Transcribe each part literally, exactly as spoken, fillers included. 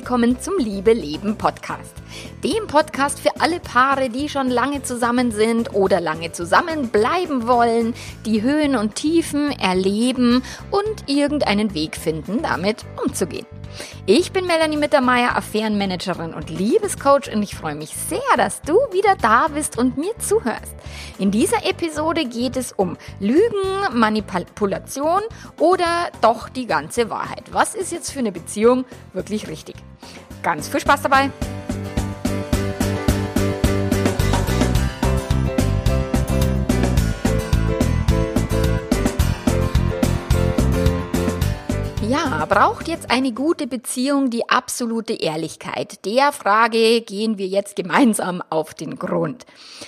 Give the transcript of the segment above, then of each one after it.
willkommen zum Liebe Leben Podcast. Dem Podcast für alle Paare, die schon lange zusammen sind oder lange zusammen bleiben wollen, die Höhen und Tiefen erleben und irgendeinen Weg finden, damit umzugehen. Ich bin Melanie Mittermeier, Affärenmanagerin und Liebescoach und ich freue mich sehr, dass du wieder da bist und mir zuhörst. In dieser Episode geht es um Lügen, Manipulation oder doch die ganze Wahrheit. Was ist jetzt für eine Beziehung wirklich richtig? Ganz viel Spaß dabei! Ja, braucht jetzt eine gute Beziehung die absolute Ehrlichkeit? Der Frage gehen wir jetzt gemeinsam auf den Grund.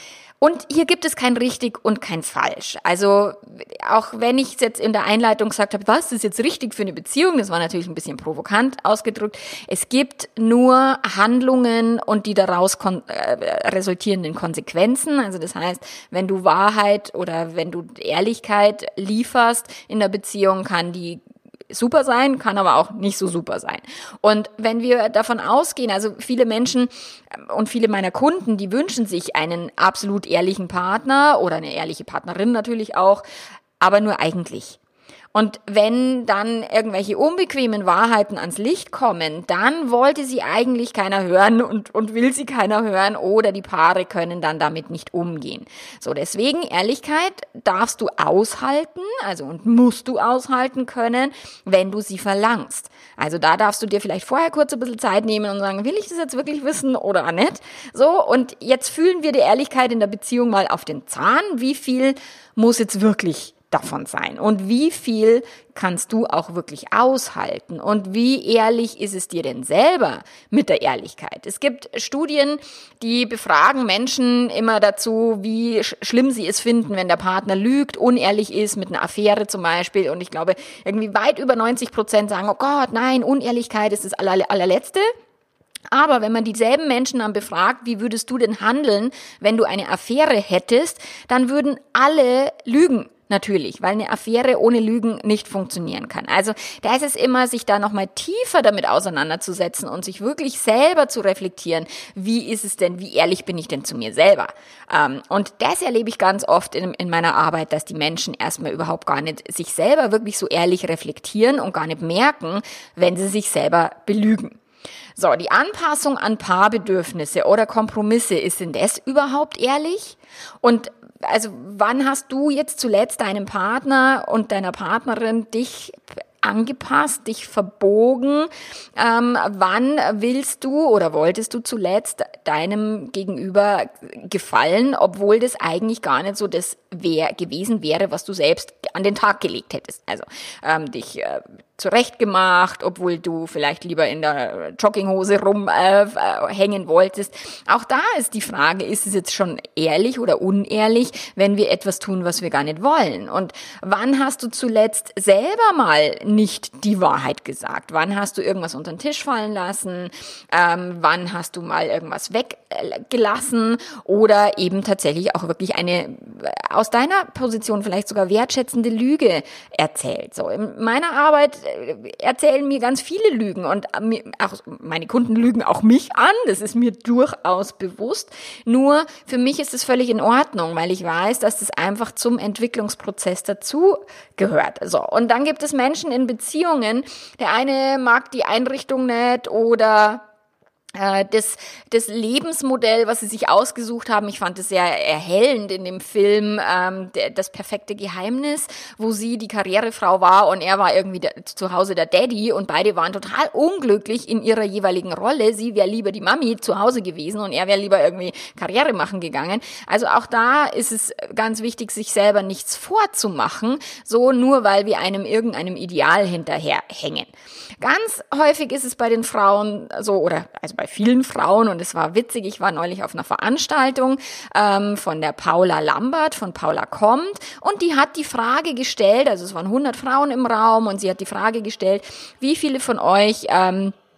Und hier gibt es kein richtig und kein falsch. Also auch wenn ich es jetzt in der Einleitung gesagt habe, was ist jetzt richtig für eine Beziehung, das war natürlich ein bisschen provokant ausgedrückt. Es gibt nur Handlungen und die daraus kon- äh, resultierenden Konsequenzen. Also das heißt, wenn du Wahrheit oder wenn du Ehrlichkeit lieferst in der Beziehung, kann die super sein, kann aber auch nicht so super sein. Und wenn wir davon ausgehen, also viele Menschen und viele meiner Kunden, die wünschen sich einen absolut ehrlichen Partner oder eine ehrliche Partnerin natürlich auch, aber nur eigentlich. Und wenn dann irgendwelche unbequemen Wahrheiten ans Licht kommen, dann wollte sie eigentlich keiner hören und, und will sie keiner hören oder die Paare können dann damit nicht umgehen. So, deswegen Ehrlichkeit darfst du aushalten, also und musst du aushalten können, wenn du sie verlangst. Also da darfst du dir vielleicht vorher kurz ein bisschen Zeit nehmen und sagen, will ich das jetzt wirklich wissen oder nicht? So, und jetzt fühlen wir die Ehrlichkeit in der Beziehung mal auf den Zahn. Wie viel muss jetzt wirklich davon sein und wie viel kannst du auch wirklich aushalten und wie ehrlich ist es dir denn selber mit der Ehrlichkeit? Es gibt Studien, die befragen Menschen immer dazu, wie sch- schlimm sie es finden, wenn der Partner lügt, unehrlich ist, mit einer Affäre zum Beispiel, und ich glaube, irgendwie weit über neunzig Prozent sagen, oh Gott, nein, Unehrlichkeit ist das aller, allerletzte. Aber wenn man dieselben Menschen dann befragt, wie würdest du denn handeln, wenn du eine Affäre hättest, dann würden alle lügen. Natürlich, weil eine Affäre ohne Lügen nicht funktionieren kann. Also da ist es immer, sich da nochmal tiefer damit auseinanderzusetzen und sich wirklich selber zu reflektieren, wie ist es denn, wie ehrlich bin ich denn zu mir selber? Ähm, und das erlebe ich ganz oft in, in meiner Arbeit, dass die Menschen erstmal überhaupt gar nicht sich selber wirklich so ehrlich reflektieren und gar nicht merken, wenn sie sich selber belügen. So, die Anpassung an Paarbedürfnisse oder Kompromisse, ist denn das überhaupt ehrlich? Und also wann hast du jetzt zuletzt deinem Partner und deiner Partnerin dich angepasst, dich verbogen? Ähm, wann willst du oder wolltest du zuletzt deinem Gegenüber gefallen, obwohl das eigentlich gar nicht so das wär, gewesen wäre, was du selbst an den Tag gelegt hättest? Also ähm, dich äh, zurechtgemacht, obwohl du vielleicht lieber in der Jogginghose rumhängen äh, wolltest. Auch da ist die Frage, ist es jetzt schon ehrlich oder unehrlich, wenn wir etwas tun, was wir gar nicht wollen? Und wann hast du zuletzt selber mal nicht die Wahrheit gesagt? Wann hast du irgendwas unter den Tisch fallen lassen? Ähm, wann hast du mal irgendwas weggelassen? Oder eben tatsächlich auch wirklich eine aus deiner Position vielleicht sogar wertschätzende Lüge erzählt? So, in meiner Arbeit erzählen mir ganz viele Lügen und auch meine Kunden lügen auch mich an, das ist mir durchaus bewusst. Nur für mich ist es völlig in Ordnung, weil ich weiß, dass das einfach zum Entwicklungsprozess dazu gehört. So, und dann gibt es Menschen in Beziehungen, der eine mag die Einrichtung nicht oder Das, das Lebensmodell, was sie sich ausgesucht haben, ich fand es sehr erhellend in dem Film ähm, Das perfekte Geheimnis, wo sie die Karrierefrau war und er war irgendwie der, zu Hause der Daddy und beide waren total unglücklich in ihrer jeweiligen Rolle. Sie wäre lieber die Mami zu Hause gewesen und er wäre lieber irgendwie Karriere machen gegangen. Also auch da ist es ganz wichtig, sich selber nichts vorzumachen, so nur weil wir einem irgendeinem Ideal hinterherhängen. Ganz häufig ist es bei den Frauen so, oder also bei vielen Frauen, und es war witzig, ich war neulich auf einer Veranstaltung ähm, von der Paula Lambert, von Paula kommt, und die hat die Frage gestellt, also es waren hundert Frauen im Raum, und sie hat die Frage gestellt, wie viele von euch ähm,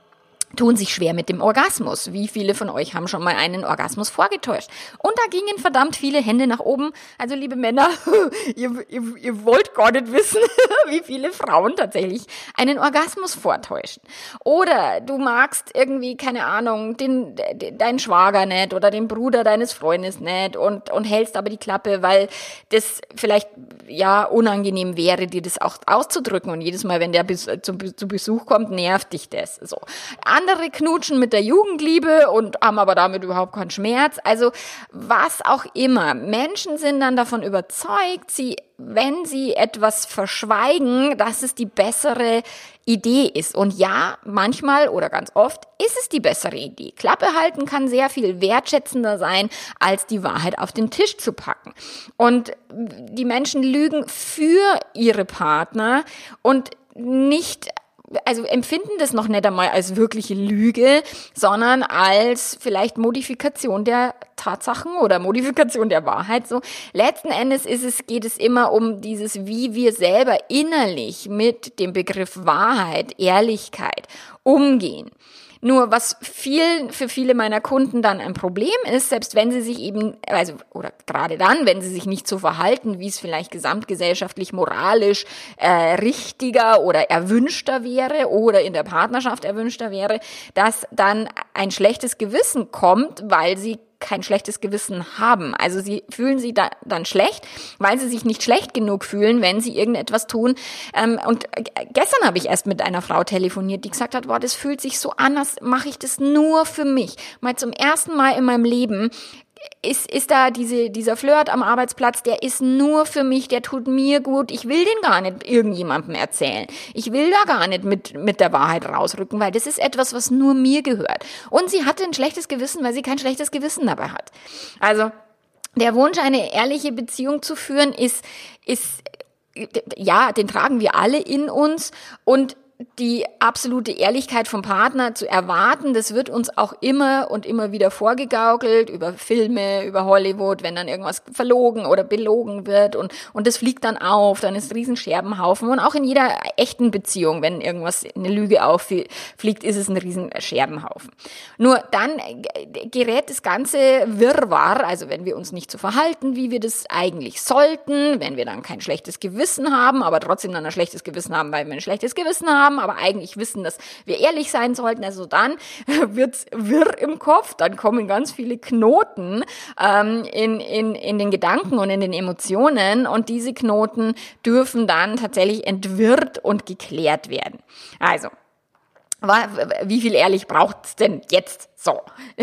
tun sich schwer mit dem Orgasmus. Wie viele von euch haben schon mal einen Orgasmus vorgetäuscht? Und da gingen verdammt viele Hände nach oben. Also liebe Männer, ihr, ihr, ihr wollt gar nicht wissen, wie viele Frauen tatsächlich einen Orgasmus vortäuschen. Oder du magst irgendwie, keine Ahnung, den, den, deinen Schwager nicht oder den Bruder deines Freundes nicht und, und hältst aber die Klappe, weil das vielleicht ja unangenehm wäre, dir das auch auszudrücken. Und jedes Mal, wenn der bis, zu, zu Besuch kommt, nervt dich das. So. Andere knutschen mit der Jugendliebe und haben aber damit überhaupt keinen Schmerz. Also was auch immer. Menschen sind dann davon überzeugt, sie, wenn sie etwas verschweigen, dass es die bessere Idee ist. Und ja, manchmal oder ganz oft ist es die bessere Idee. Klappe halten kann sehr viel wertschätzender sein, als die Wahrheit auf den Tisch zu packen. Und die Menschen lügen für ihre Partner und nicht also empfinden das noch nicht einmal als wirkliche Lüge, sondern als vielleicht Modifikation der Tatsachen oder Modifikation der Wahrheit. So letzten Endes ist es, geht es immer um dieses, wie wir selber innerlich mit dem Begriff Wahrheit, Ehrlichkeit umgehen. Nur was viel, für viele meiner Kunden dann ein Problem ist, selbst wenn sie sich eben, also, oder gerade dann, wenn sie sich nicht so verhalten, wie es vielleicht gesamtgesellschaftlich moralisch äh, richtiger oder erwünschter wäre oder in der Partnerschaft erwünschter wäre, dass dann ein schlechtes Gewissen kommt, weil sie kein schlechtes Gewissen haben. Also sie fühlen sich da, dann schlecht, weil sie sich nicht schlecht genug fühlen, wenn sie irgendetwas tun. Ähm, und gestern habe ich erst mit einer Frau telefoniert, die gesagt hat, boah, das fühlt sich so an, als mache ich das nur für mich. Mal zum ersten Mal in meinem Leben ist, ist da diese, dieser Flirt am Arbeitsplatz, der ist nur für mich, der tut mir gut. Ich will den gar nicht irgendjemandem erzählen. Ich will da gar nicht mit, mit der Wahrheit rausrücken, weil das ist etwas, was nur mir gehört. Und sie hatte ein schlechtes Gewissen, weil sie kein schlechtes Gewissen dabei hat. Also, der Wunsch, eine ehrliche Beziehung zu führen, ist, ist, ja, den tragen wir alle in uns und die absolute Ehrlichkeit vom Partner zu erwarten, das wird uns auch immer und immer wieder vorgegaukelt, über Filme, über Hollywood, wenn dann irgendwas verlogen oder belogen wird und, und das fliegt dann auf, dann ist ein riesen Scherbenhaufen und auch in jeder echten Beziehung, wenn irgendwas, eine Lüge auffliegt, ist es ein riesen Scherbenhaufen. Nur dann gerät das ganze Wirrwarr, also wenn wir uns nicht so verhalten, wie wir das eigentlich sollten, wenn wir dann kein schlechtes Gewissen haben, aber trotzdem dann ein schlechtes Gewissen haben, weil wir ein schlechtes Gewissen haben, aber eigentlich wissen, dass wir ehrlich sein sollten, also dann wird's wirr im Kopf, dann kommen ganz viele Knoten ähm, in, in, in den Gedanken und in den Emotionen und diese Knoten dürfen dann tatsächlich entwirrt und geklärt werden. Also, wie viel ehrlich braucht's denn jetzt? So.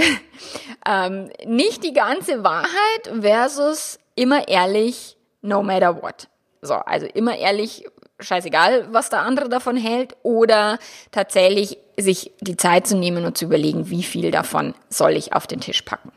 ähm, nicht die ganze Wahrheit versus immer ehrlich, no matter what. So, also immer ehrlich, scheißegal, was der andere davon hält, oder tatsächlich sich die Zeit zu nehmen und zu überlegen, wie viel davon soll ich auf den Tisch packen.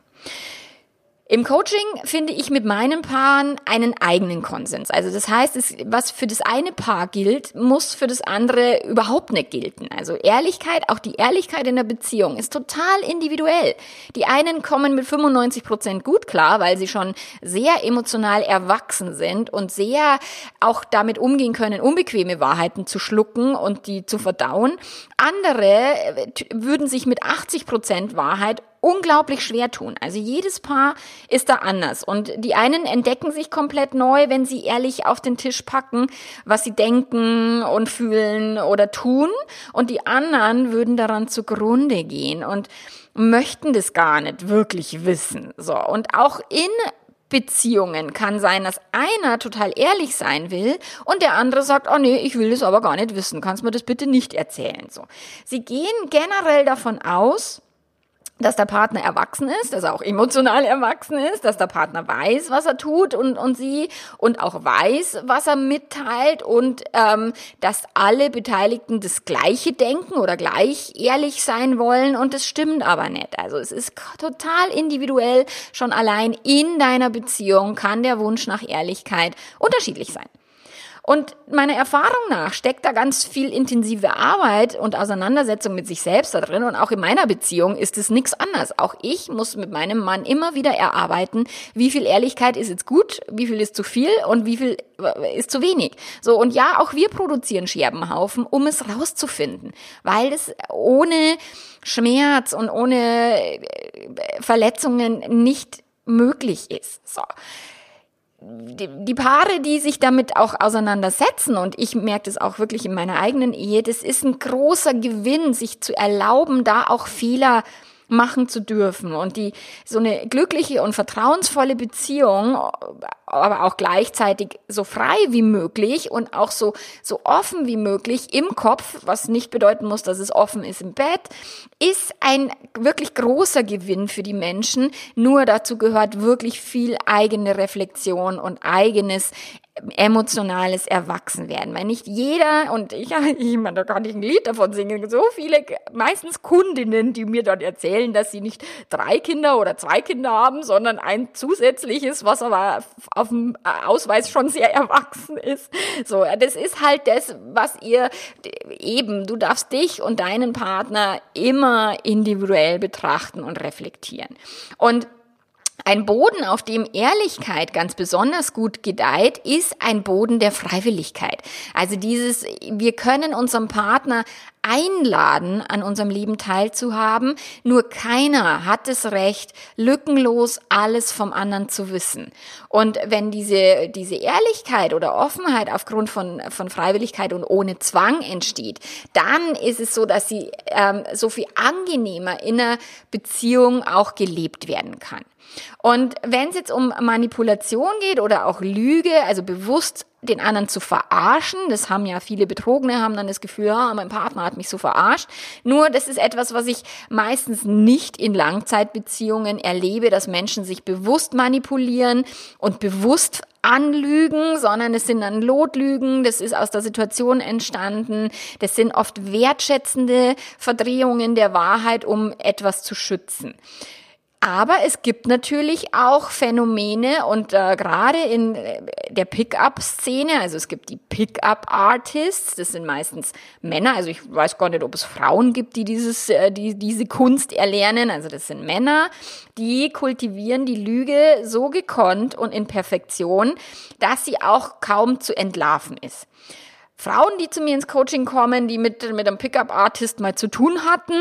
Im Coaching finde ich mit meinen Paaren einen eigenen Konsens. Also das heißt, es, was für das eine Paar gilt, muss für das andere überhaupt nicht gelten. Also Ehrlichkeit, auch die Ehrlichkeit in der Beziehung ist total individuell. Die einen kommen mit fünfundneunzig Prozent gut klar, weil sie schon sehr emotional erwachsen sind und sehr auch damit umgehen können, unbequeme Wahrheiten zu schlucken und die zu verdauen. Andere würden sich mit achtzig Prozent Wahrheit unglaublich schwer tun. Also jedes Paar ist da anders und die einen entdecken sich komplett neu, wenn sie ehrlich auf den Tisch packen, was sie denken und fühlen oder tun, und die anderen würden daran zugrunde gehen und möchten das gar nicht wirklich wissen. So, und auch in Beziehungen kann sein, dass einer total ehrlich sein will und der andere sagt, oh nee, ich will das aber gar nicht wissen, kannst mir das bitte nicht erzählen. So, sie gehen generell davon aus, dass der Partner erwachsen ist, dass er auch emotional erwachsen ist, dass der Partner weiß, was er tut und und sie und auch weiß, was er mitteilt, und ähm, dass alle Beteiligten das Gleiche denken oder gleich ehrlich sein wollen, und das stimmt aber nicht. Also es ist total individuell, schon allein in deiner Beziehung kann der Wunsch nach Ehrlichkeit unterschiedlich sein. Und meiner Erfahrung nach steckt da ganz viel intensive Arbeit und Auseinandersetzung mit sich selbst da drin. Und auch in meiner Beziehung ist es nichts anderes. Auch ich muss mit meinem Mann immer wieder erarbeiten, wie viel Ehrlichkeit ist jetzt gut, wie viel ist zu viel und wie viel ist zu wenig. So, und ja, auch wir produzieren Scherbenhaufen, um es rauszufinden, weil es ohne Schmerz und ohne Verletzungen nicht möglich ist. So. Die, die Paare, die sich damit auch auseinandersetzen, und ich merke das auch wirklich in meiner eigenen Ehe, das ist ein großer Gewinn, sich zu erlauben, da auch Fehler machen zu dürfen und die so eine glückliche und vertrauensvolle Beziehung, aber auch gleichzeitig so frei wie möglich und auch so so offen wie möglich im Kopf, was nicht bedeuten muss, dass es offen ist im Bett, ist ein wirklich großer Gewinn für die Menschen. Nur dazu gehört wirklich viel eigene Reflexion und eigenes emotionales Erwachsenwerden, weil nicht jeder, und ich, ich meine, da kann ich ein Lied davon singen, so viele, meistens Kundinnen, die mir dann erzählen, dass sie nicht drei Kinder oder zwei Kinder haben, sondern ein zusätzliches, was aber auf dem Ausweis schon sehr erwachsen ist. So, das ist halt das, was ihr eben, du darfst dich und deinen Partner immer individuell betrachten und reflektieren. Und ein Boden, auf dem Ehrlichkeit ganz besonders gut gedeiht, ist ein Boden der Freiwilligkeit. Also dieses, wir können unseren Partner einladen, an unserem Leben teilzuhaben, nur keiner hat das Recht, lückenlos alles vom anderen zu wissen. Und wenn diese, diese Ehrlichkeit oder Offenheit aufgrund von, von Freiwilligkeit und ohne Zwang entsteht, dann ist es so, dass sie ähm, so viel angenehmer in einer Beziehung auch gelebt werden kann. Und wenn es jetzt um Manipulation geht oder auch Lüge, also bewusst den anderen zu verarschen, das haben ja viele Betrogene, haben dann das Gefühl, ja, mein Partner hat mich so verarscht. Nur das ist etwas, was ich meistens nicht in Langzeitbeziehungen erlebe, dass Menschen sich bewusst manipulieren und bewusst anlügen, sondern es sind dann Lotlügen, das ist aus der Situation entstanden, das sind oft wertschätzende Verdrehungen der Wahrheit, um etwas zu schützen. Aber es gibt natürlich auch Phänomene und äh, gerade in der Pick-up-Szene, also es gibt die Pick-up-Artists, das sind meistens Männer, also ich weiß gar nicht, ob es Frauen gibt, die dieses, äh, die diese Kunst erlernen, also das sind Männer, die kultivieren die Lüge so gekonnt und in Perfektion, dass sie auch kaum zu entlarven ist. Frauen, die zu mir ins Coaching kommen, die mit, mit einem Pick-up-Artist mal zu tun hatten,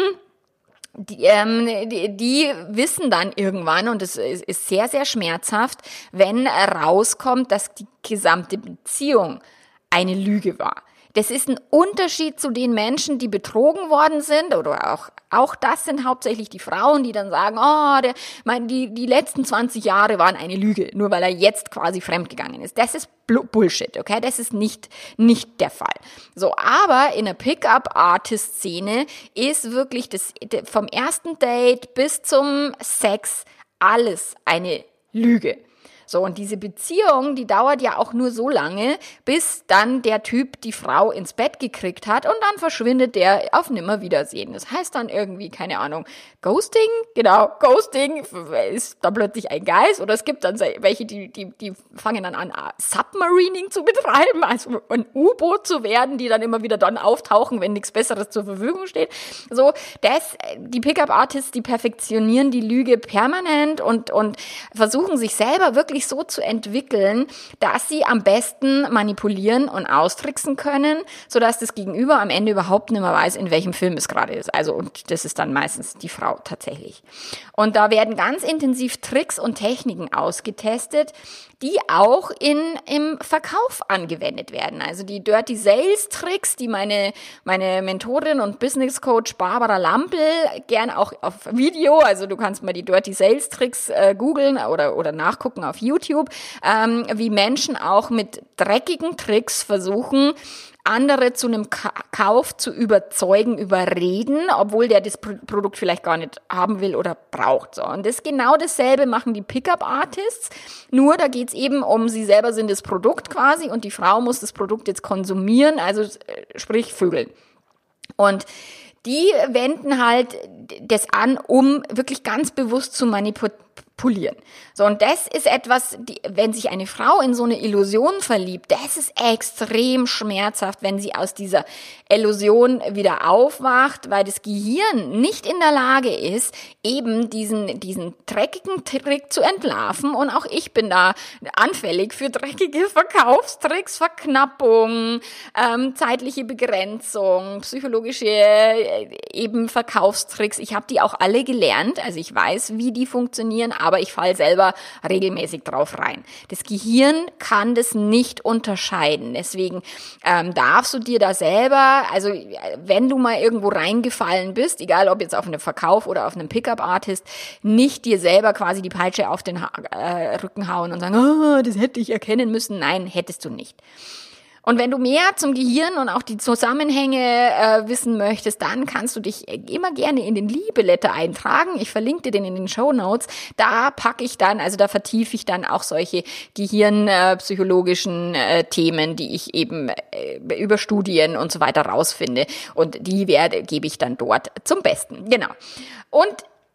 Die, ähm, die, die wissen dann irgendwann, und es ist, ist sehr, sehr schmerzhaft, wenn rauskommt, dass die gesamte Beziehung eine Lüge war. Das ist ein Unterschied zu den Menschen, die betrogen worden sind, oder auch, auch das sind hauptsächlich die Frauen, die dann sagen, oh, der, mein, die, die letzten zwanzig Jahre waren eine Lüge, nur weil er jetzt quasi fremdgegangen ist. Das ist Bullshit, okay? Das ist nicht, nicht der Fall. So, aber in der Pickup-Artist-Szene ist wirklich das, vom ersten Date bis zum Sex alles eine Lüge. So, und diese Beziehung, die dauert ja auch nur so lange, bis dann der Typ die Frau ins Bett gekriegt hat und dann verschwindet der auf Nimmerwiedersehen. Das heißt dann irgendwie, keine Ahnung, Ghosting? Genau, Ghosting ist dann plötzlich ein Geist, oder es gibt dann welche, die, die, die fangen dann an, Submarining zu betreiben, also ein U-Boot zu werden, die dann immer wieder dann auftauchen, wenn nichts Besseres zur Verfügung steht. So, das, die Pickup-Artists, die perfektionieren die Lüge permanent und, und versuchen sich selber wirklich so zu entwickeln, dass sie am besten manipulieren und austricksen können, sodass das Gegenüber am Ende überhaupt nicht mehr weiß, in welchem Film es gerade ist. Also, und das ist dann meistens die Frau tatsächlich. Und da werden ganz intensiv Tricks und Techniken ausgetestet, die auch in, im Verkauf angewendet werden. Also die Dirty Sales Tricks, die meine, meine Mentorin und Business Coach Barbara Lampel gern auch auf Video, also du kannst mal die Dirty Sales Tricks äh, googeln oder, oder nachgucken auf YouTube, ähm, wie Menschen auch mit dreckigen Tricks versuchen, andere zu einem Ka- Kauf zu überzeugen, überreden, obwohl der das Pro- Produkt vielleicht gar nicht haben will oder braucht. So. Und das genau dasselbe machen die Pickup-Artists, nur da geht's eben um, sie selber sind das Produkt quasi und die Frau muss das Produkt jetzt konsumieren, also sprich Vögeln. Und die wenden halt das an, um wirklich ganz bewusst zu manipulieren, polieren. So, und das ist etwas, die, wenn sich eine Frau in so eine Illusion verliebt, das ist extrem schmerzhaft, wenn sie aus dieser Illusion wieder aufwacht, weil das Gehirn nicht in der Lage ist, eben diesen, diesen dreckigen Trick zu entlarven. Und auch ich bin da anfällig für dreckige Verkaufstricks, Verknappung, ähm, zeitliche Begrenzung, psychologische äh, eben Verkaufstricks. Ich habe die auch alle gelernt, also ich weiß, wie die funktionieren, aber ich falle selber regelmäßig drauf rein. Das Gehirn kann das nicht unterscheiden. Deswegen ähm, darfst du dir da selber, also wenn du mal irgendwo reingefallen bist, egal ob jetzt auf einem Verkauf oder auf einem Pickup-Artist, nicht dir selber quasi die Peitsche auf den ha- äh, Rücken hauen und sagen, oh, das hätte ich erkennen müssen. Nein, hättest du nicht. Und wenn du mehr zum Gehirn und auch die Zusammenhänge äh, wissen möchtest, dann kannst du dich immer gerne in den Liebeletter eintragen. Ich verlinke dir den in den Shownotes. Da packe ich dann, also da vertiefe ich dann auch solche gehirnpsychologischen äh, äh, Themen, die ich eben äh, über Studien und so weiter rausfinde. Und die werde, gebe ich dann dort zum Besten. Genau. Und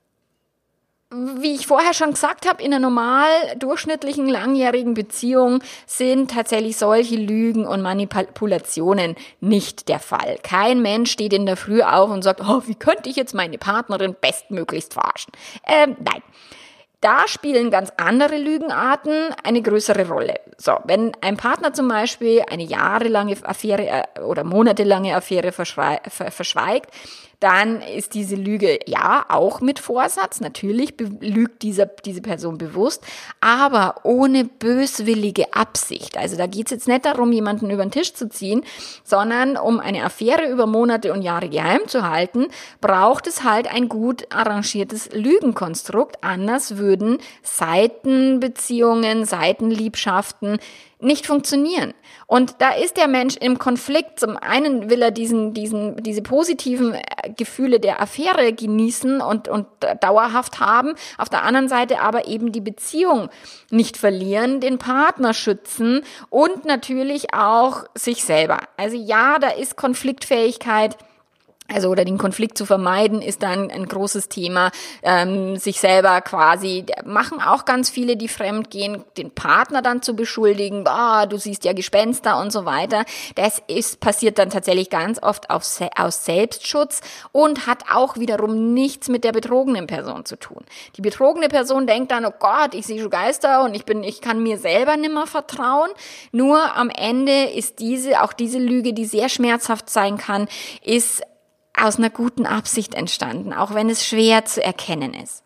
wie ich vorher schon gesagt habe, in einer normal durchschnittlichen langjährigen Beziehung sind tatsächlich solche Lügen und Manipulationen nicht der Fall. Kein Mensch steht in der Früh auf und sagt, oh, wie könnte ich jetzt meine Partnerin bestmöglichst verarschen? Ähm, nein. Da spielen ganz andere Lügenarten eine größere Rolle. So, wenn ein Partner zum Beispiel eine jahrelange Affäre oder monatelange Affäre verschweigt, dann ist diese Lüge ja auch mit Vorsatz. Natürlich lügt dieser, diese Person bewusst, aber ohne böswillige Absicht. Also da geht's jetzt nicht darum, jemanden über den Tisch zu ziehen, sondern um eine Affäre über Monate und Jahre geheim zu halten, braucht es halt ein gut arrangiertes Lügenkonstrukt. Anders würden Seitenbeziehungen, Seitenliebschaften nicht funktionieren. Und da ist der Mensch im Konflikt. Zum einen will er diesen, diesen, diese positiven Gefühle der Affäre genießen und, und dauerhaft haben. Auf der anderen Seite aber eben die Beziehung nicht verlieren, den Partner schützen und natürlich auch sich selber. Also ja, da ist Konfliktfähigkeit. Also oder den Konflikt zu vermeiden, ist dann ein großes Thema. Ähm, sich selber quasi, machen auch ganz viele, die fremd gehen, den Partner dann zu beschuldigen, ah, du siehst ja Gespenster und so weiter. Das ist passiert dann tatsächlich ganz oft auf, aus Selbstschutz und hat auch wiederum nichts mit der betrogenen Person zu tun. Die betrogene Person denkt dann, oh Gott, ich sehe schon Geister und ich bin, ich kann mir selber nimmer vertrauen. Nur am Ende ist diese, auch diese Lüge, die sehr schmerzhaft sein kann, ist aus einer guten Absicht entstanden, auch wenn es schwer zu erkennen ist.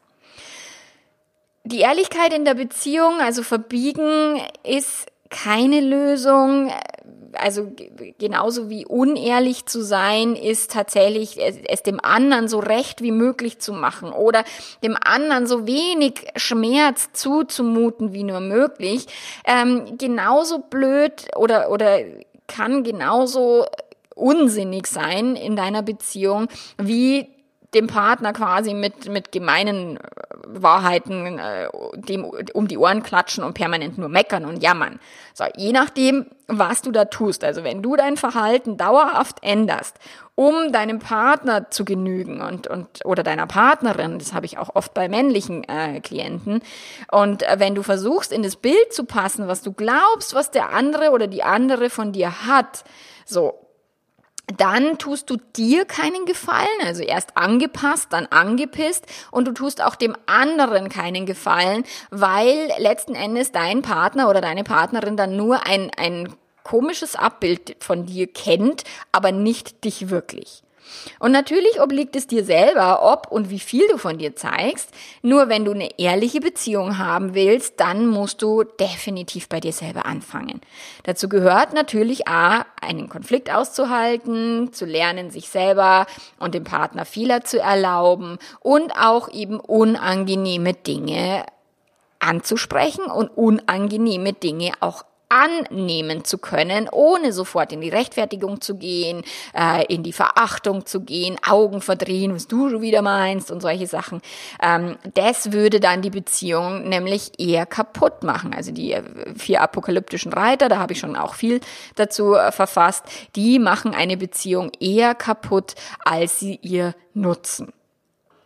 Die Ehrlichkeit in der Beziehung, also verbiegen, ist keine Lösung. Also genauso wie unehrlich zu sein, ist tatsächlich es dem anderen so recht wie möglich zu machen oder dem anderen so wenig Schmerz zuzumuten wie nur möglich. Ähm, genauso blöd oder oder kann genauso unsinnig sein in deiner Beziehung, wie dem Partner quasi mit mit gemeinen Wahrheiten äh, dem um die Ohren klatschen und permanent nur meckern und jammern. So, je nachdem, was du da tust, also wenn du dein Verhalten dauerhaft änderst, um deinem Partner zu genügen und und oder deiner Partnerin, das habe ich auch oft bei männlichen äh, Klienten, und äh, wenn du versuchst, in das Bild zu passen, was du glaubst, was der andere oder die andere von dir hat, so, dann tust du dir keinen Gefallen, also erst angepasst, dann angepisst, und du tust auch dem anderen keinen Gefallen, weil letzten Endes dein Partner oder deine Partnerin dann nur ein, ein komisches Abbild von dir kennt, aber nicht dich wirklich. Und natürlich obliegt es dir selber, ob und wie viel du von dir zeigst. Nur wenn du eine ehrliche Beziehung haben willst, dann musst du definitiv bei dir selber anfangen. Dazu gehört natürlich A, einen Konflikt auszuhalten, zu lernen, sich selber und dem Partner Fehler zu erlauben und auch eben unangenehme Dinge anzusprechen und unangenehme Dinge auch annehmen zu können, ohne sofort in die Rechtfertigung zu gehen, äh, in die Verachtung zu gehen, Augen verdrehen, was du schon wieder meinst und solche Sachen. Ähm, das würde dann die Beziehung nämlich eher kaputt machen. Also die vier apokalyptischen Reiter, da habe ich schon auch viel dazu äh, verfasst, die machen eine Beziehung eher kaputt, als sie ihr nutzen.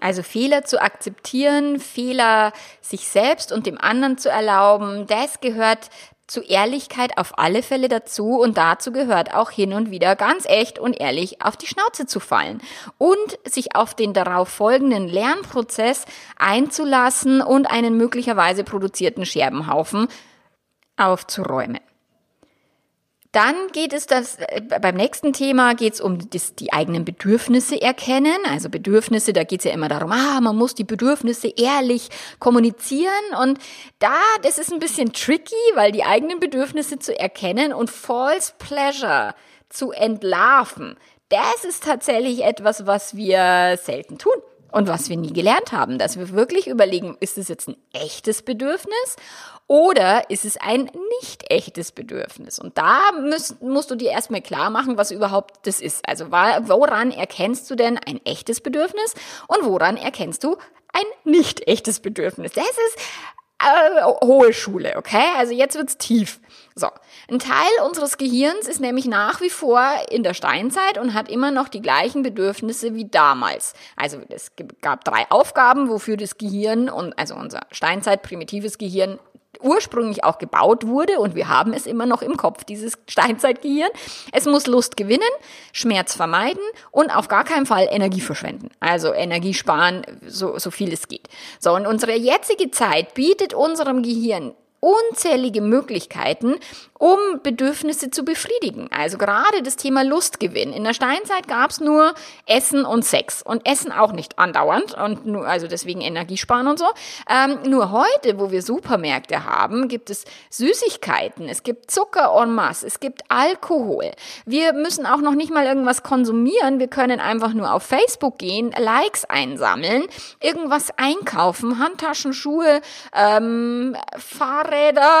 Also Fehler zu akzeptieren, Fehler sich selbst und dem anderen zu erlauben, das gehört zu Ehrlichkeit auf alle Fälle dazu und dazu gehört auch hin und wieder ganz echt und ehrlich auf die Schnauze zu fallen und sich auf den darauf folgenden Lernprozess einzulassen und einen möglicherweise produzierten Scherbenhaufen aufzuräumen. Dann geht es das, beim nächsten Thema geht es um das, die eigenen Bedürfnisse erkennen. Also Bedürfnisse, da geht es ja immer darum, ah, man muss die Bedürfnisse ehrlich kommunizieren. Und da, das ist ein bisschen tricky, weil die eigenen Bedürfnisse zu erkennen und False Pleasure zu entlarven, das ist tatsächlich etwas, was wir selten tun. Und was wir nie gelernt haben, dass wir wirklich überlegen, ist es jetzt ein echtes Bedürfnis oder ist es ein nicht echtes Bedürfnis? Und da musst, musst du dir erstmal klar machen, was überhaupt das ist. Also woran erkennst du denn ein echtes Bedürfnis und woran erkennst du ein nicht echtes Bedürfnis? Das ist äh, hohe Schule, okay? Also jetzt wird's tief. So, ein Teil unseres Gehirns ist nämlich nach wie vor in der Steinzeit und hat immer noch die gleichen Bedürfnisse wie damals. Also es gab drei Aufgaben, wofür das Gehirn und also unser Steinzeit primitives Gehirn ursprünglich auch gebaut wurde und wir haben es immer noch im Kopf, dieses Steinzeitgehirn. Es muss Lust gewinnen, Schmerz vermeiden und auf gar keinen Fall Energie verschwenden. Also Energie sparen, so, so viel es geht. So, und unsere jetzige Zeit bietet unserem Gehirn unzählige Möglichkeiten, um Bedürfnisse zu befriedigen. Also gerade das Thema Lustgewinn. In der Steinzeit gab es nur Essen und Sex und Essen auch nicht andauernd und nur, also deswegen Energiesparen und so. Ähm, nur heute, wo wir Supermärkte haben, gibt es Süßigkeiten, es gibt Zucker en masse, es gibt Alkohol. Wir müssen auch noch nicht mal irgendwas konsumieren. Wir können einfach nur auf Facebook gehen, Likes einsammeln, irgendwas einkaufen, Handtaschen, Schuhe, ähm, Fahrräder,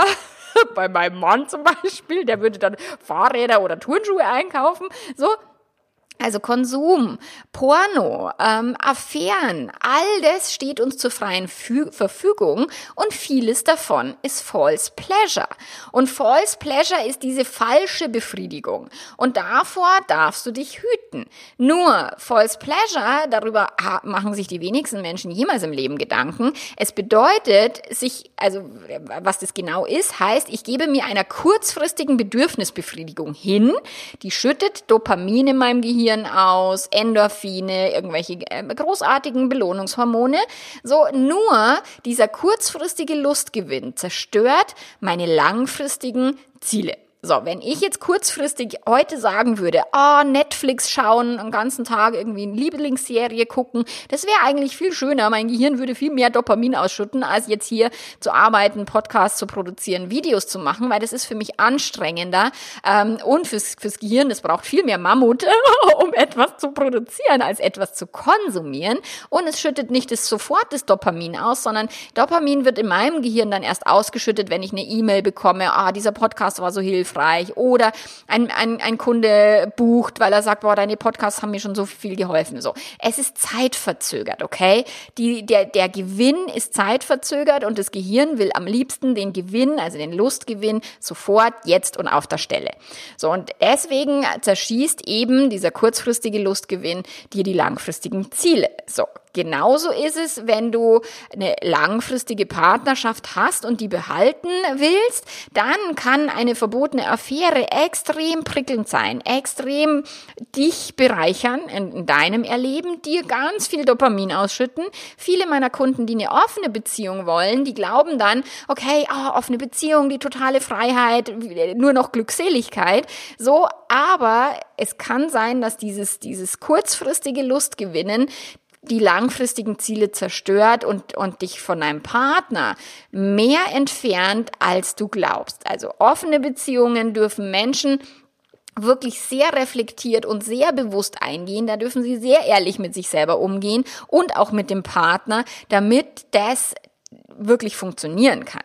bei meinem Mann zum Beispiel, der würde dann Fahrräder oder Turnschuhe einkaufen, so. Also Konsum, Porno, ähm, Affären, all das steht uns zur freien Fü- Verfügung und vieles davon ist False Pleasure. Und False Pleasure ist diese falsche Befriedigung. Und davor darfst du dich hüten. Nur False Pleasure, darüber machen sich die wenigsten Menschen jemals im Leben Gedanken. Es bedeutet, sich, also was das genau ist, heißt, ich gebe mir einer kurzfristigen Bedürfnisbefriedigung hin, die schüttet Dopamin in meinem Gehirn aus, Endorphine, irgendwelche großartigen Belohnungshormone. So, nur dieser kurzfristige Lustgewinn zerstört meine langfristigen Ziele. So, wenn ich jetzt kurzfristig heute sagen würde, ah, oh, Netflix schauen, den ganzen Tag irgendwie eine Lieblingsserie gucken, das wäre eigentlich viel schöner. Mein Gehirn würde viel mehr Dopamin ausschütten, als jetzt hier zu arbeiten, Podcasts zu produzieren, Videos zu machen, weil das ist für mich anstrengender ähm, und fürs, fürs Gehirn, das braucht viel mehr Mammut, um etwas zu produzieren, als etwas zu konsumieren. Und es schüttet nicht das sofort das Dopamin aus, sondern Dopamin wird in meinem Gehirn dann erst ausgeschüttet, wenn ich eine E-Mail bekomme, ah, dieser Podcast war so hilfreich. Oder ein, ein, ein Kunde bucht, weil er sagt, boah, deine Podcasts haben mir schon so viel geholfen. So, es ist zeitverzögert, okay? Die, der, der Gewinn ist zeitverzögert und das Gehirn will am liebsten den Gewinn, also den Lustgewinn, sofort, jetzt und auf der Stelle. So, und deswegen zerschießt eben dieser kurzfristige Lustgewinn dir die langfristigen Ziele. So. Genauso ist es, wenn du eine langfristige Partnerschaft hast und die behalten willst, dann kann eine verbotene Affäre extrem prickelnd sein, extrem dich bereichern in, in deinem Erleben, dir ganz viel Dopamin ausschütten. Viele meiner Kunden, die eine offene Beziehung wollen, die glauben dann, okay, oh, offene Beziehung, die totale Freiheit, nur noch Glückseligkeit. So, aber es kann sein, dass dieses, dieses kurzfristige Lustgewinnen die langfristigen Ziele zerstört und, und dich von deinem Partner mehr entfernt, als du glaubst. Also offene Beziehungen dürfen Menschen wirklich sehr reflektiert und sehr bewusst eingehen. Da dürfen sie sehr ehrlich mit sich selber umgehen und auch mit dem Partner, damit das wirklich funktionieren kann.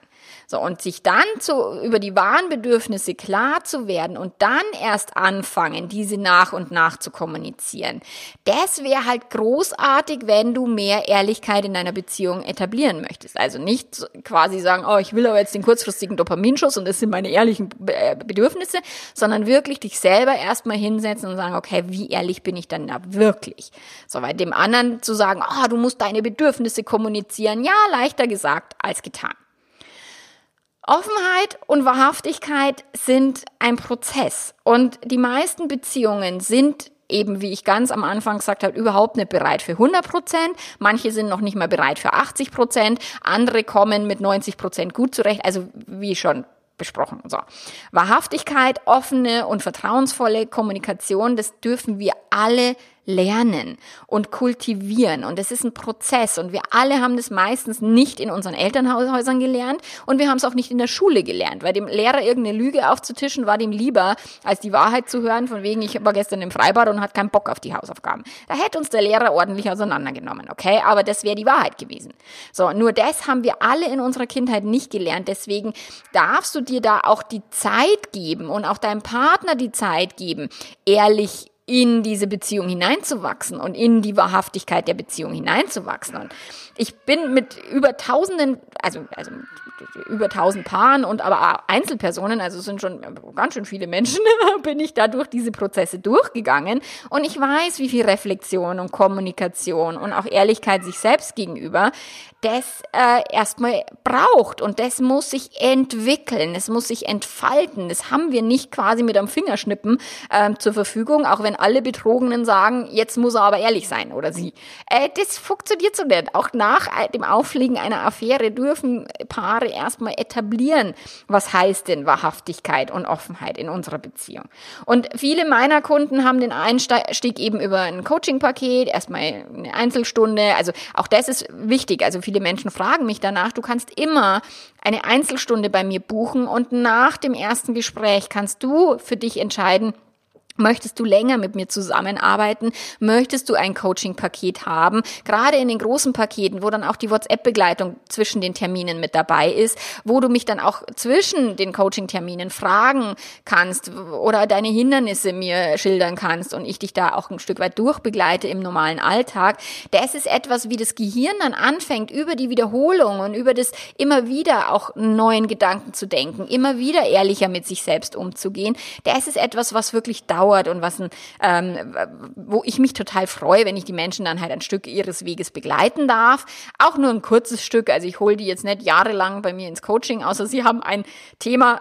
So, und sich dann zu, über die wahren Bedürfnisse klar zu werden und dann erst anfangen, diese nach und nach zu kommunizieren. Das wäre halt großartig, wenn du mehr Ehrlichkeit in deiner Beziehung etablieren möchtest. Also nicht quasi sagen, oh, ich will aber jetzt den kurzfristigen Dopaminschuss und das sind meine ehrlichen Bedürfnisse, sondern wirklich dich selber erstmal hinsetzen und sagen, okay, wie ehrlich bin ich dann da wirklich? So, weil dem anderen zu sagen, oh, du musst deine Bedürfnisse kommunizieren, ja, leichter gesagt als getan. Offenheit und Wahrhaftigkeit sind ein Prozess und die meisten Beziehungen sind eben, wie ich ganz am Anfang gesagt habe, überhaupt nicht bereit für hundert Prozent. Manche sind noch nicht mal bereit für achtzig Prozent. Andere kommen mit neunzig Prozent gut zurecht. Also wie schon besprochen. So. Wahrhaftigkeit, offene und vertrauensvolle Kommunikation, das dürfen wir alle lernen und kultivieren. Und es ist ein Prozess. Und wir alle haben das meistens nicht in unseren Elternhäusern gelernt. Und wir haben es auch nicht in der Schule gelernt. Weil dem Lehrer irgendeine Lüge aufzutischen, war dem lieber, als die Wahrheit zu hören, von wegen, ich war gestern im Freibad und hatte keinen Bock auf die Hausaufgaben. Da hätte uns der Lehrer ordentlich auseinandergenommen, okay? Aber das wäre die Wahrheit gewesen. So, nur das haben wir alle in unserer Kindheit nicht gelernt. Deswegen darfst du dir da auch die Zeit geben und auch deinem Partner die Zeit geben, ehrlich in diese Beziehung hineinzuwachsen und in die Wahrhaftigkeit der Beziehung hineinzuwachsen. Und ich bin mit über tausenden, also, also über tausend Paaren und aber auch Einzelpersonen, also es sind schon ganz schön viele Menschen, bin ich da durch diese Prozesse durchgegangen. Und ich weiß, wie viel Reflexion und Kommunikation und auch Ehrlichkeit sich selbst gegenüber das äh, erstmal braucht. Und das muss sich entwickeln, es muss sich entfalten. Das haben wir nicht quasi mit einem Fingerschnippen äh, zur Verfügung, auch wenn alle Betrogenen sagen, jetzt muss er aber ehrlich sein oder sie. Äh, das funktioniert so nicht. Auch nach dem Auffliegen einer Affäre dürfen Paare erstmal etablieren, was heißt denn Wahrhaftigkeit und Offenheit in unserer Beziehung. Und viele meiner Kunden haben den Einstieg eben über ein Coaching-Paket, erstmal eine Einzelstunde. Also auch das ist wichtig. Also viele Menschen fragen mich danach, du kannst immer eine Einzelstunde bei mir buchen und nach dem ersten Gespräch kannst du für dich entscheiden, möchtest du länger mit mir zusammenarbeiten? Möchtest du ein Coaching-Paket haben? Gerade in den großen Paketen, wo dann auch die WhatsApp-Begleitung zwischen den Terminen mit dabei ist, wo du mich dann auch zwischen den Coaching-Terminen fragen kannst oder deine Hindernisse mir schildern kannst und ich dich da auch ein Stück weit durchbegleite im normalen Alltag. Das ist etwas, wie das Gehirn dann anfängt, über die Wiederholung und über das immer wieder auch neuen Gedanken zu denken, immer wieder ehrlicher mit sich selbst umzugehen. Das ist etwas, was wirklich dauert. Und was ein, ähm, wo ich mich total freue, wenn ich die Menschen dann halt ein Stück ihres Weges begleiten darf. Auch nur ein kurzes Stück, also ich hole die jetzt nicht jahrelang bei mir ins Coaching, außer sie haben ein Thema,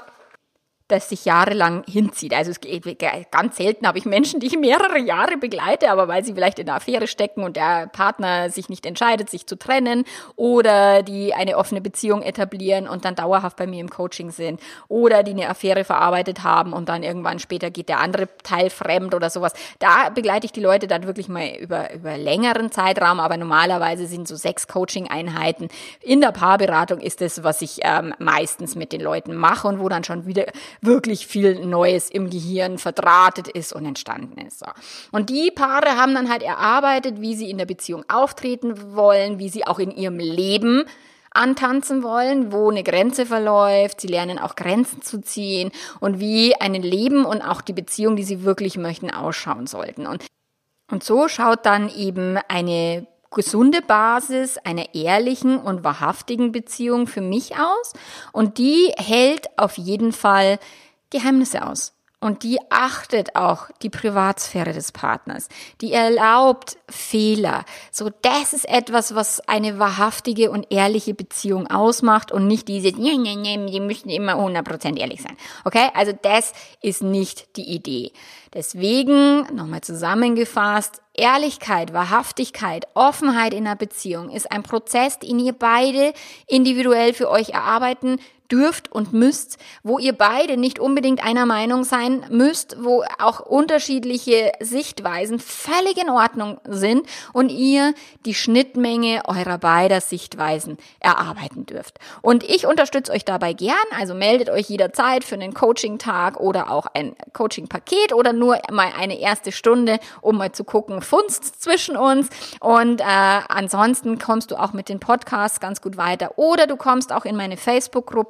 das sich jahrelang hinzieht. Also es geht, ganz selten habe ich Menschen, die ich mehrere Jahre begleite, aber weil sie vielleicht in einer Affäre stecken und der Partner sich nicht entscheidet, sich zu trennen oder die eine offene Beziehung etablieren und dann dauerhaft bei mir im Coaching sind oder die eine Affäre verarbeitet haben und dann irgendwann später geht der andere Teil fremd oder sowas. Da begleite ich die Leute dann wirklich mal über, über längeren Zeitraum, aber normalerweise sind so sechs Coaching-Einheiten. In der Paarberatung ist das, was ich ähm, meistens mit den Leuten mache und wo dann schon wieder wirklich viel Neues im Gehirn verdrahtet ist und entstanden ist. So. Und die Paare haben dann halt erarbeitet, wie sie in der Beziehung auftreten wollen, wie sie auch in ihrem Leben antanzen wollen, wo eine Grenze verläuft. Sie lernen auch Grenzen zu ziehen und wie ein Leben und auch die Beziehung, die sie wirklich möchten, ausschauen sollten. Und, und so schaut dann eben eine gesunde Basis einer ehrlichen und wahrhaftigen Beziehung für mich aus und die hält auf jeden Fall Geheimnisse aus. Und die achtet auch die Privatsphäre des Partners. Die erlaubt Fehler. So, das ist etwas, was eine wahrhaftige und ehrliche Beziehung ausmacht und nicht diese, nee, nee, nee, die müssen immer hundert Prozent ehrlich sein. Okay? Also das ist nicht die Idee. Deswegen, nochmal zusammengefasst, Ehrlichkeit, Wahrhaftigkeit, Offenheit in einer Beziehung ist ein Prozess, den ihr beide individuell für euch erarbeiten dürft und müsst, wo ihr beide nicht unbedingt einer Meinung sein müsst, wo auch unterschiedliche Sichtweisen völlig in Ordnung sind und ihr die Schnittmenge eurer beider Sichtweisen erarbeiten dürft. Und ich unterstütze euch dabei gern, also meldet euch jederzeit für einen Coaching-Tag oder auch ein Coaching-Paket oder nur mal eine erste Stunde, um mal zu gucken, funzt zwischen uns und äh, ansonsten kommst du auch mit den Podcasts ganz gut weiter oder du kommst auch in meine Facebook-Gruppe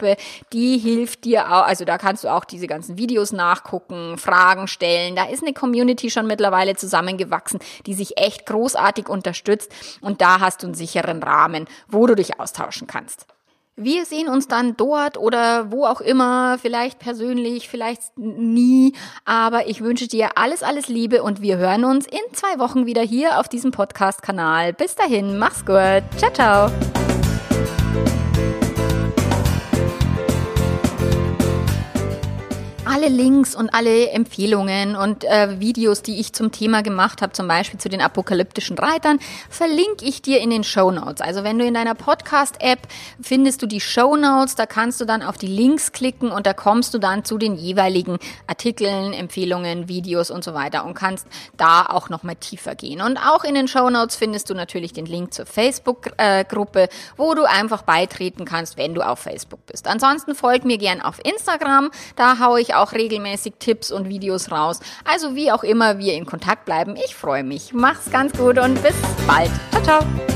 Facebook-Gruppe, die hilft dir auch, also da kannst du auch diese ganzen Videos nachgucken, Fragen stellen. Da ist eine Community schon mittlerweile zusammengewachsen, die sich echt großartig unterstützt und da hast du einen sicheren Rahmen, wo du dich austauschen kannst. Wir sehen uns dann dort oder wo auch immer, vielleicht persönlich, vielleicht nie, aber ich wünsche dir alles, alles Liebe und wir hören uns in zwei Wochen wieder hier auf diesem Podcast-Kanal. Bis dahin, mach's gut. Ciao, ciao. Alle Links und alle Empfehlungen und äh, Videos, die ich zum Thema gemacht habe, zum Beispiel zu den apokalyptischen Reitern, verlinke ich dir in den Shownotes. Also wenn du in deiner Podcast-App findest du die Shownotes, da kannst du dann auf die Links klicken und da kommst du dann zu den jeweiligen Artikeln, Empfehlungen, Videos und so weiter und kannst da auch nochmal tiefer gehen. Und auch in den Shownotes findest du natürlich den Link zur Facebook-Gruppe, äh, wo du einfach beitreten kannst, wenn du auf Facebook bist. Ansonsten folg mir gern auf Instagram, da haue ich auch regelmäßig Tipps und Videos raus. Also wie auch immer wir in Kontakt bleiben, ich freue mich. Mach's ganz gut und bis bald. Ciao, ciao.